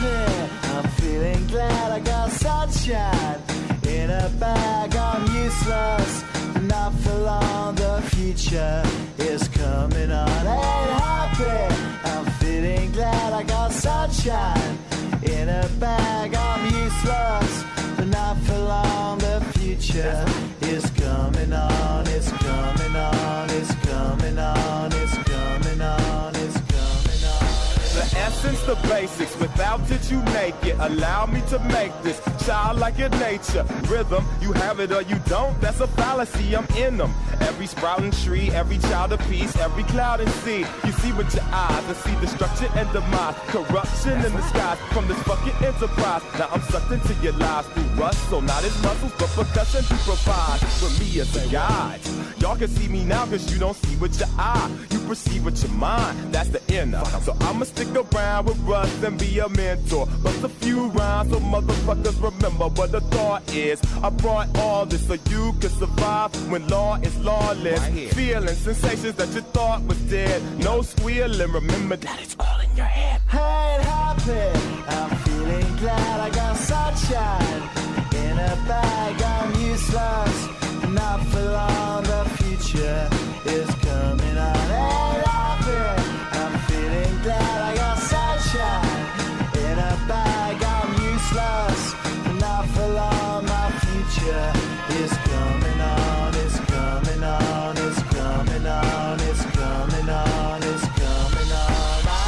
I'm feeling glad I got sunshine in a bag. I'm useless, not for long. The future is coming on. Ain't happy. I'm feeling glad I got sunshine in a bag. I'm useless, but not for long. The future is coming on. It's coming on. It's coming on. It's coming on. It's coming on. The essence, the basics, without it you make it. Allow me to make this childlike in nature. Rhythm, you have it or you don't, that's a fallacy, I'm in them. Every sprouting tree, every child of peace, every cloud and sea. You see with your eyes and see destruction and demise. Corruption in the skies from this fucking enterprise. Now I'm sucked into your lives through rust, so not as muscles, but percussion to provide for me as a guide. Y'all can see me now cause you don't see with your eye. You perceive with your mind, that's the inner. So I'ma stick around with Russ and be a mentor. Bust a few rhymes so motherfuckers remember what the thought is. I brought all this so you can survive when law is lawless. Right, feeling sensations that you thought was dead. No squealing, remember that it's all in your head. I ain't happy. I'm feeling glad I got sunshine in a bag. I'm useless, not for long. The future is coming on. Ain't happy. I'm feeling glad I got sunshine in a bag. I'm useless, not for long. My future is coming on. It's coming on. It's coming on. It's coming on. It's coming on. My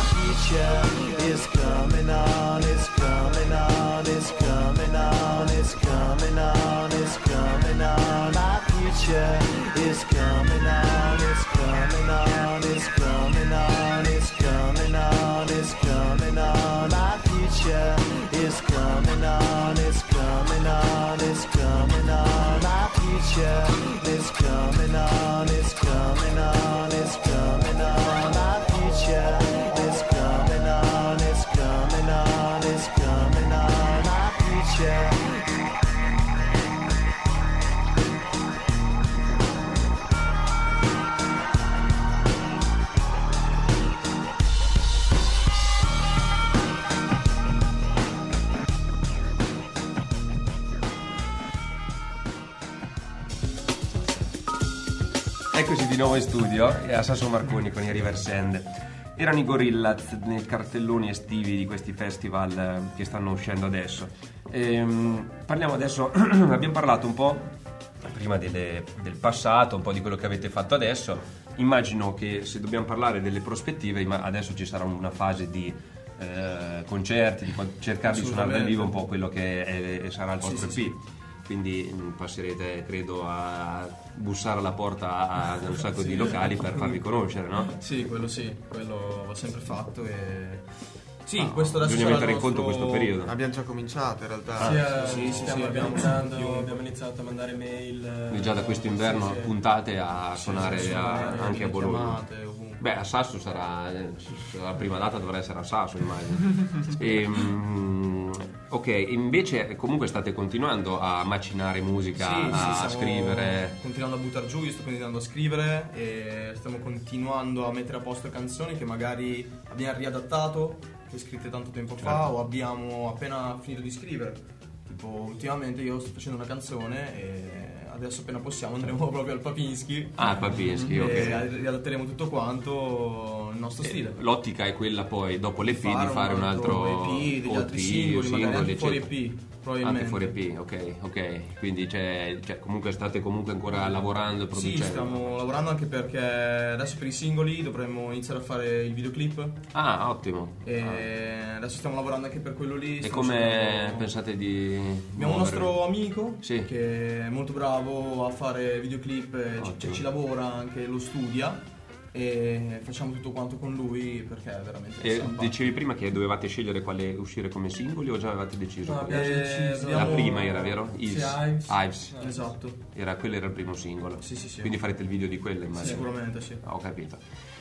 future is coming on. It's coming on. It's coming on. It's coming on. It's coming on. My future is coming on. It's coming on. It's coming on. It's coming on. It's coming on. My future is coming on. It's coming on. It's coming on. My future is coming on. It's coming on. It's coming on. My future is coming on. It's coming on. It's coming on. My future. Eccoci di nuovo in studio a Sasso Marconi con i Riversend. erano i Gorillaz nei cartelloni estivi di questi festival che stanno uscendo adesso. Parliamo adesso, abbiamo parlato un po' prima del passato, un po' di quello che avete fatto adesso. Immagino che se dobbiamo parlare delle prospettive, ma adesso ci sarà una fase di concerti, di cercare di suonare dal vivo un po' quello che sarà il vostro EP. Quindi passerete, credo, a bussare alla porta a un sacco di locali per farvi conoscere, no? Sì, quello va sempre fatto e... Sì, questo adesso bisogna mettere in nostro... conto questo periodo. Abbiamo già cominciato in realtà. Abbiamo iniziato a mandare mail. Quindi già da questo inverno puntate a suonare anche a Bologna. Beh, a Sasso sarà la prima data, dovrà essere a Sasso, immagino. Ok, invece comunque state continuando a macinare musica, a scrivere. Continuando a buttare giù, io sto continuando a scrivere e stiamo continuando a mettere a posto canzoni che magari abbiamo riadattato, che scritte tanto tempo fa o abbiamo appena finito di scrivere. Tipo ultimamente io sto facendo una canzone e adesso appena possiamo andremo proprio al Papinski. Papinski, ok. E riadatteremo tutto quanto il nostro stile. L'ottica è quella poi dopo l'EP di fare un altro EP, degli altri singoli, magari anche fuori EP. Anche fuori EP, ok. Quindi comunque state comunque ancora lavorando, producendo. Sì, stiamo lavorando anche perché adesso per i singoli dovremmo iniziare a fare il videoclip. Ah, ottimo. E adesso stiamo lavorando anche per quello lì. E come pensate di Abbiamo un nostro amico che è molto bravo a fare videoclip, ci lavora, anche lo studia. E facciamo tutto quanto con lui perché è veramente dicevi prima che dovevate scegliere quale uscire come singoli o già avevate deciso? No, abbiamo deciso. La prima era, vero? Ives. Esatto. Quello era il primo singolo. Sì. Quindi farete il video di quello, immagino. Sicuramente sì. Ho capito.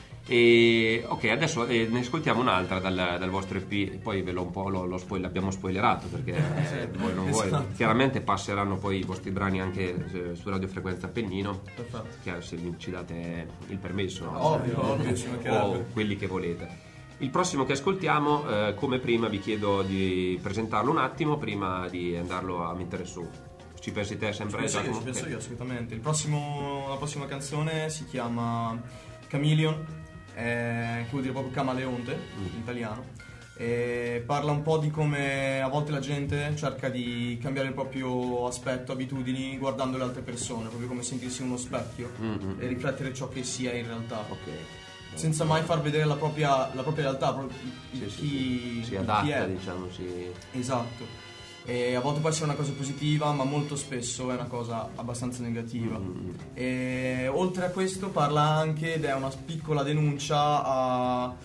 E ok, adesso ne ascoltiamo un'altra dal vostro EP, poi ve lo un po' l'abbiamo spoilerato perché voi non vuoi. Chiaramente passeranno poi i vostri brani anche su radiofrequenza Appennino. Perfetto. Se ci date il permesso, ovvio, o quelli che volete. Il prossimo che ascoltiamo, come prima vi chiedo di presentarlo un attimo prima di andarlo a mettere su. Ci pensi te sempre? Ci penso io assolutamente. La prossima canzone si chiama Chameleon, che vuol dire proprio camaleonte in italiano, e parla un po' di come a volte la gente cerca di cambiare il proprio aspetto, abitudini, guardando le altre persone, proprio come sentirsi uno specchio e riflettere ciò che si è in realtà, senza mai far vedere la propria realtà, chi si adatta, chi è. diciamo, Esatto. E a volte può essere una cosa positiva, ma molto spesso è una cosa abbastanza negativa. E oltre a questo parla anche, ed è una piccola denuncia a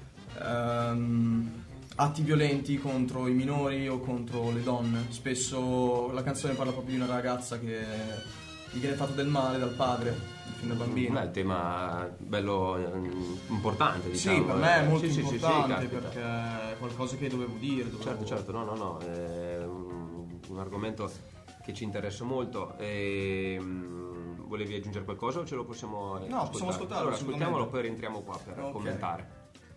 atti violenti contro i minori o contro le donne. Spesso la canzone parla proprio di una ragazza che gli viene fatto del male dal padre fin da bambino. È un tema bello importante, diciamo. Sì, per me è molto importante perché è qualcosa che dovevo dire. Certo, no, è un argomento che ci interessa molto. Volevi aggiungere qualcosa o ce lo possiamo ascoltare? No, possiamo ascoltarlo. Allora ascoltiamolo, poi rientriamo qua per commentare.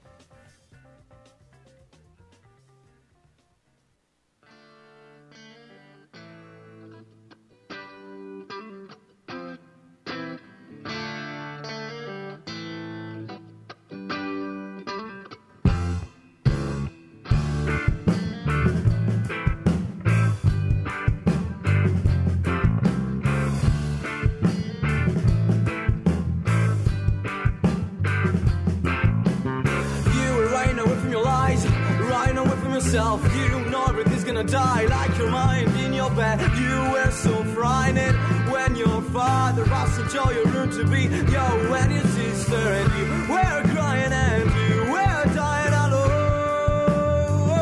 You know everything's gonna die like your mind in your bed. You were so frightened when your father asked you to your room to be yo and your sister, and you were crying and you were dying alone.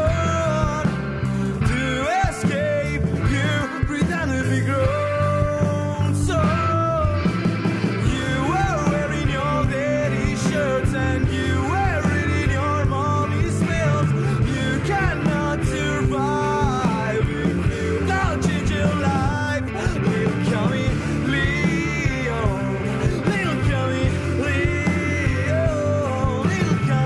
To escape, you pretend to be grown. So you were wearing your daddy shirts and you were reading your mommy's mails. You cannot survive if you don't change your life. Little chameleon, little chameleon, little chameleon.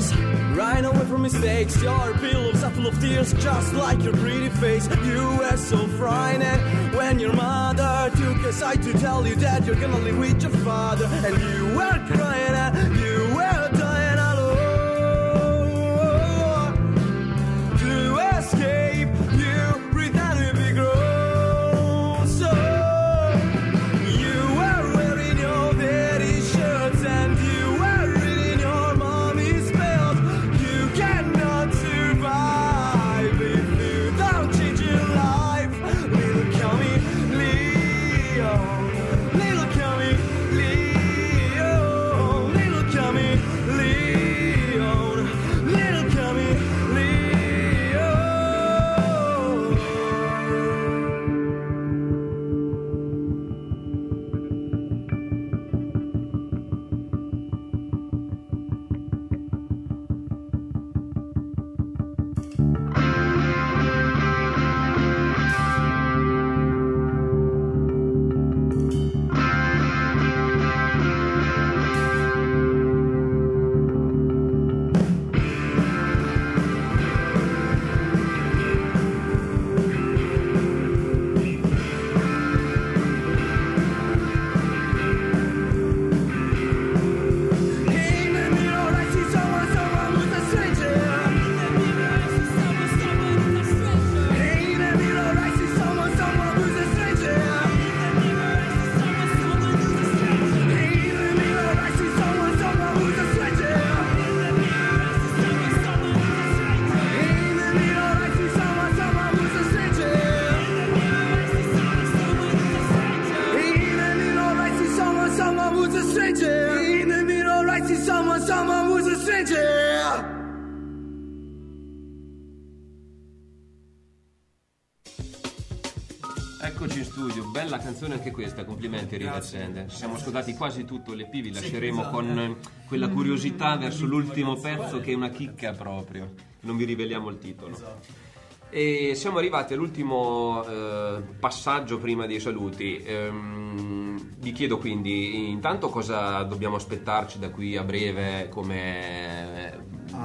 years, right away from mistakes. Your pillows are full of tears, just like your pretty face. You were so frightened when your mother took aside to tell you that you're gonna live with your father. And you were crying and you were dying alone. To escape, you pretended to be grown. So you were wearing your daddy shirts and you were reading your mommy's spells. You cannot survive if you don't change your life. Little chameleon, little chameleon, little chameleon, little chameleon. Someone who's a stranger. Eccoci in studio, bella canzone anche questa, complimenti Riversend. Ci siamo ascoltati quasi tutto l'EP, vi lasceremo con quella curiosità verso l'ultimo pezzo che è una chicca proprio, non vi riveliamo il titolo. E siamo arrivati all'ultimo passaggio prima dei saluti. Vi chiedo quindi intanto cosa dobbiamo aspettarci da qui a breve come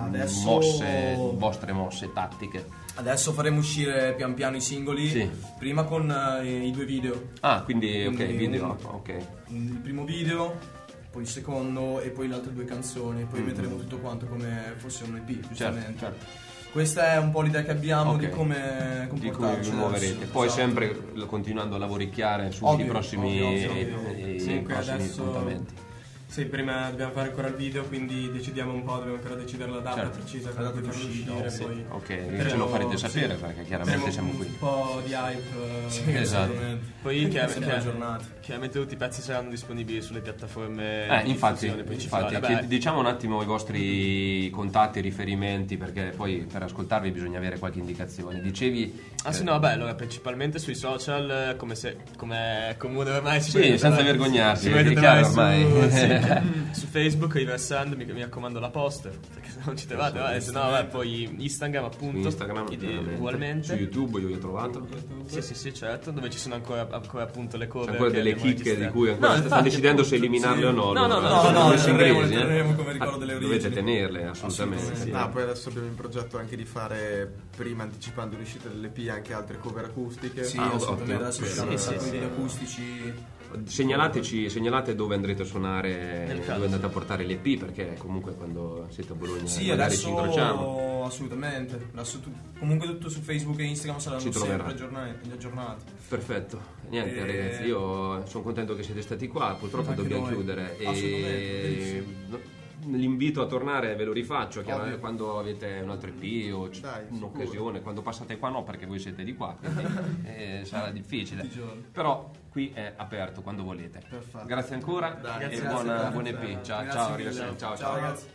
vostre mosse tattiche. Adesso faremo uscire pian piano i singoli, sì. Prima con i 2 video. Ah, quindi ok, video, ok. Il primo video, poi il secondo e poi le altre 2 canzoni, poi metteremo tutto quanto come fosse un EP, giustamente. Certo. Questa è un po' l'idea che abbiamo di come comportarci. Di come vi muoverete. Poi esatto. Sempre continuando a lavoricchiare sui prossimi appuntamenti. Sì, prima dobbiamo fare ancora il video, quindi decidiamo un po', dobbiamo ancora decidere la data precisa per farlo uscire. Sì. Poi Ok, ce lo farete sapere perché chiaramente siamo qui. Un po' di hype. Esatto. Poi chiaramente tutti i pezzi saranno disponibili sulle piattaforme di diffusione principali. Diciamo un attimo i vostri contatti e riferimenti, perché poi per ascoltarvi bisogna avere qualche indicazione. Dicevi allora principalmente sui social, come è comune ormai. Sì, senza vergognarsi, è chiaro ormai. Su Facebook Riversend, mi raccomando la poster, perché se non ci trovate, se no poi Instagram appunto, ugualmente. Su YouTube io ho trovato. Sì, certo, dove ci sono ancora appunto le cover. Ancora delle chicche di cui ancora stanno decidendo se eliminarle o no. No, terremo come ricordo delle origini. Dovete tenerle assolutamente. Poi adesso abbiamo in progetto anche di fare, prima anticipando l'uscita dell'EP, anche altre cover acustiche. Sì, assolutamente, adesso ci sono un sacco di video acustici. Segnalate dove andrete a suonare, dove andate a portare l'EP, perché comunque quando siete a Bologna magari ci incrociamo. Assolutamente. Comunque tutto su Facebook e Instagram saranno sempre aggiornati. Perfetto. Niente ragazzi, io sono contento che siete stati qua, purtroppo anche dobbiamo chiudere e l'invito a tornare ve lo rifaccio quando avete un altro EP o un'occasione, quando passate qua perché voi siete di qua, quindi sarà difficile, però qui è aperto quando volete. Perfetto. Grazie ancora e buon EP. Ciao ragazzi.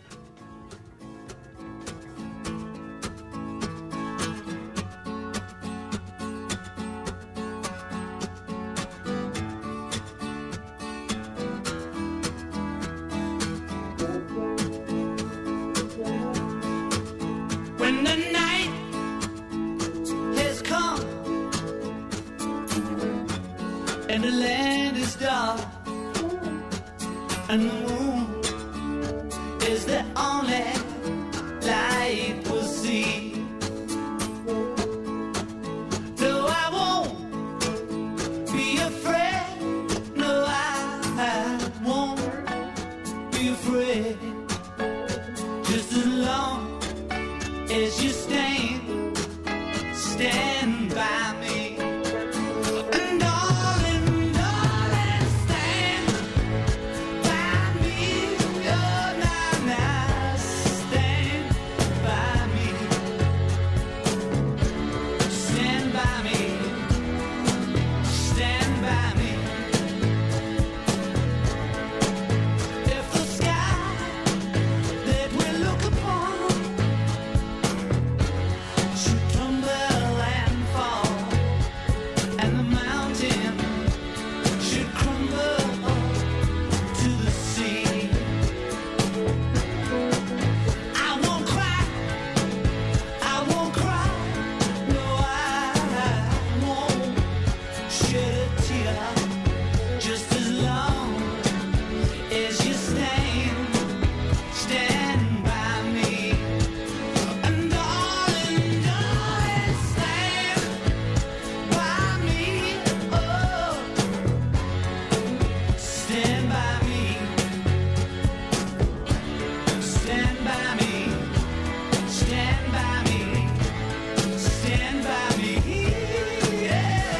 When the night has come and the land is dark and the moon is the only light will see. No, I won't be afraid. No, I won't be afraid. Just as long as you stand by me. And darling, darling, stand by me. Oh, now, now, stand by me. Stand by me. Stand by me. If the sky that we look upon should tumble and fall, and the mountain should crumble to the sea, I won't cry, I won't cry, no, I won't shed a tear, just as long as you stand by me. And darling, darling, stand by me. Oh, stand by me. Stand by me. Stand by me. Stand by me. Yeah.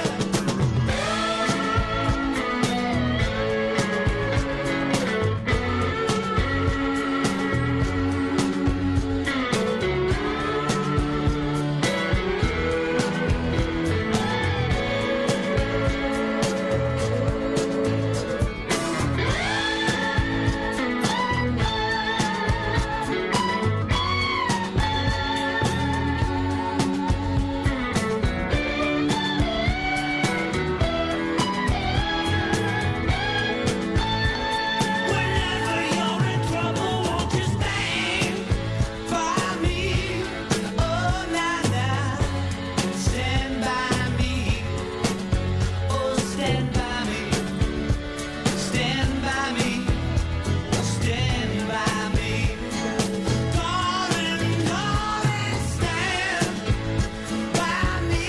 Whenever you're in trouble, won't you stand by me? Oh, now, now, stand by me. Oh, stand by me. Stand by me. Stand by me. Darling, darling, stand by me.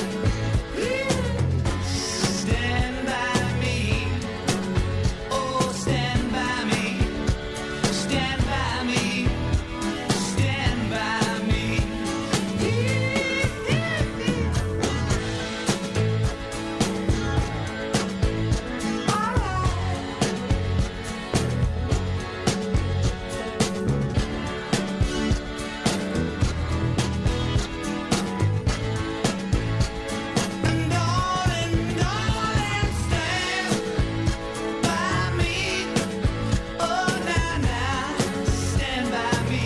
Stand by me. Oh, stand by me. Stand by me. Stand by me. And darling, darling, stand by me. Oh, now, now, stand by me.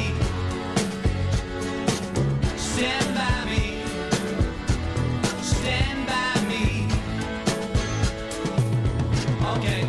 Stand by me. Stand by me. Okay.